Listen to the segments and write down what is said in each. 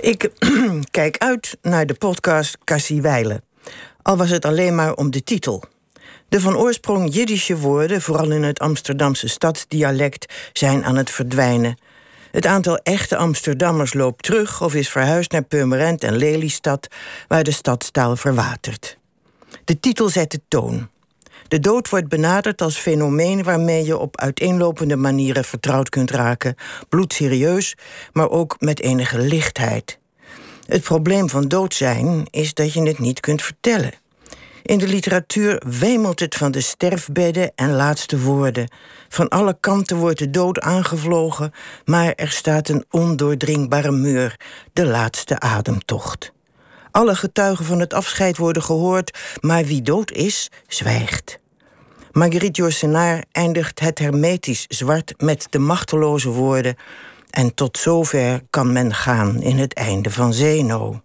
Ik kijk uit naar de podcast Cassie Weilen. Al was het alleen maar om de titel. De van oorsprong Jiddische woorden, vooral in het Amsterdamse stadsdialect, zijn aan het verdwijnen. Het aantal echte Amsterdammers loopt terug of is verhuisd naar Purmerend en Lelystad, waar de stadstaal verwatert. De titel zet de toon. De dood wordt benaderd als fenomeen waarmee je op uiteenlopende manieren vertrouwd kunt raken, bloedserieus, maar ook met enige lichtheid. Het probleem van dood zijn is dat je het niet kunt vertellen. In de literatuur wemelt het van de sterfbedden en laatste woorden. Van alle kanten wordt de dood aangevlogen, maar er staat een ondoordringbare muur, de laatste ademtocht. Alle getuigen van het afscheid worden gehoord, maar wie dood is, zwijgt. Marguerite Yourcenar eindigt het hermetisch zwart met de machteloze woorden: en tot zover kan men gaan in het einde van Zeno.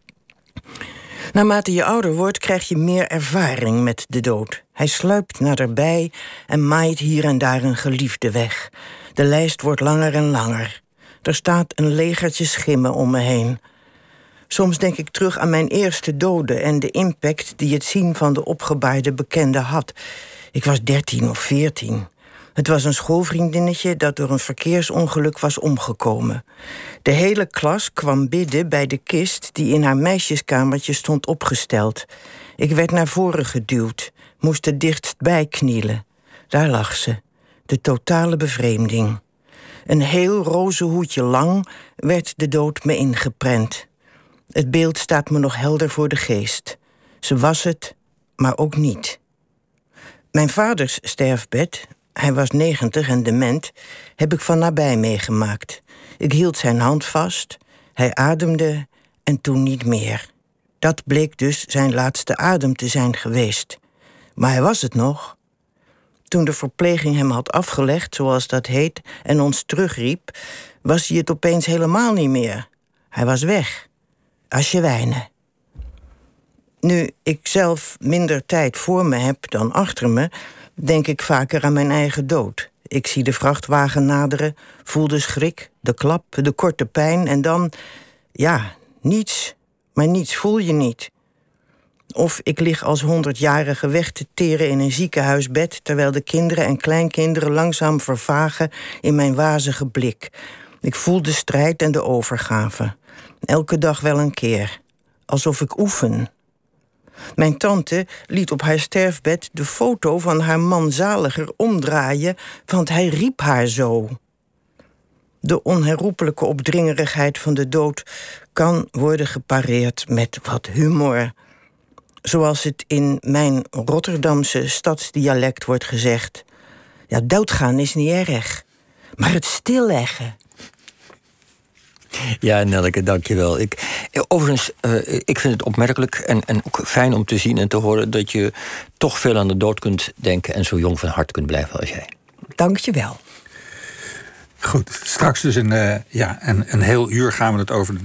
Naarmate je ouder wordt, krijg je meer ervaring met de dood. Hij sluipt naderbij en maait hier en daar een geliefde weg. De lijst wordt langer en langer. Er staat een legertje schimmen om me heen. Soms denk ik terug aan mijn eerste doden en de impact die het zien van de opgebaarde bekende had. Ik was 13 of 14. Het was een schoolvriendinnetje dat door een verkeersongeluk was omgekomen. De hele klas kwam bidden bij de kist die in haar meisjeskamertje stond opgesteld. Ik werd naar voren geduwd, moest er dichtstbij knielen. Daar lag ze, de totale bevreemding. Een heel roze hoedje lang werd de dood me ingeprent. Het beeld staat me nog helder voor de geest. Ze was het, maar ook niet. Mijn vaders sterfbed, hij was 90 en dement, heb ik van nabij meegemaakt. Ik hield zijn hand vast, hij ademde en toen niet meer. Dat bleek dus zijn laatste adem te zijn geweest. Maar hij was het nog. Toen de verpleging hem had afgelegd, zoals dat heet, en ons terugriep, was hij het opeens helemaal niet meer. Hij was weg. Asjewijnen. Nu ik zelf minder tijd voor me heb dan achter me, denk ik vaker aan mijn eigen dood. Ik zie de vrachtwagen naderen, voel de schrik, de klap, de korte pijn en dan, ja, niets. Maar niets voel je niet. Of ik lig als 100-jarige weg te teren in een ziekenhuisbed, terwijl de kinderen en kleinkinderen langzaam vervagen in mijn wazige blik. Ik voel de strijd en de overgave. Elke dag wel een keer. Alsof ik oefen. Mijn tante liet op haar sterfbed de foto van haar man zaliger omdraaien, want hij riep haar zo. De onherroepelijke opdringerigheid van de dood kan worden gepareerd met wat humor. Zoals het in mijn Rotterdamse stadsdialect wordt gezegd: ja, doodgaan is niet erg, maar het stilleggen. Ja, Nelleke, dankjewel. Overigens, ik vind het opmerkelijk en ook fijn om te zien en te horen dat je toch veel aan de dood kunt denken en zo jong van hart kunt blijven als jij. Dankjewel. Goed, straks dus een heel uur gaan we het over de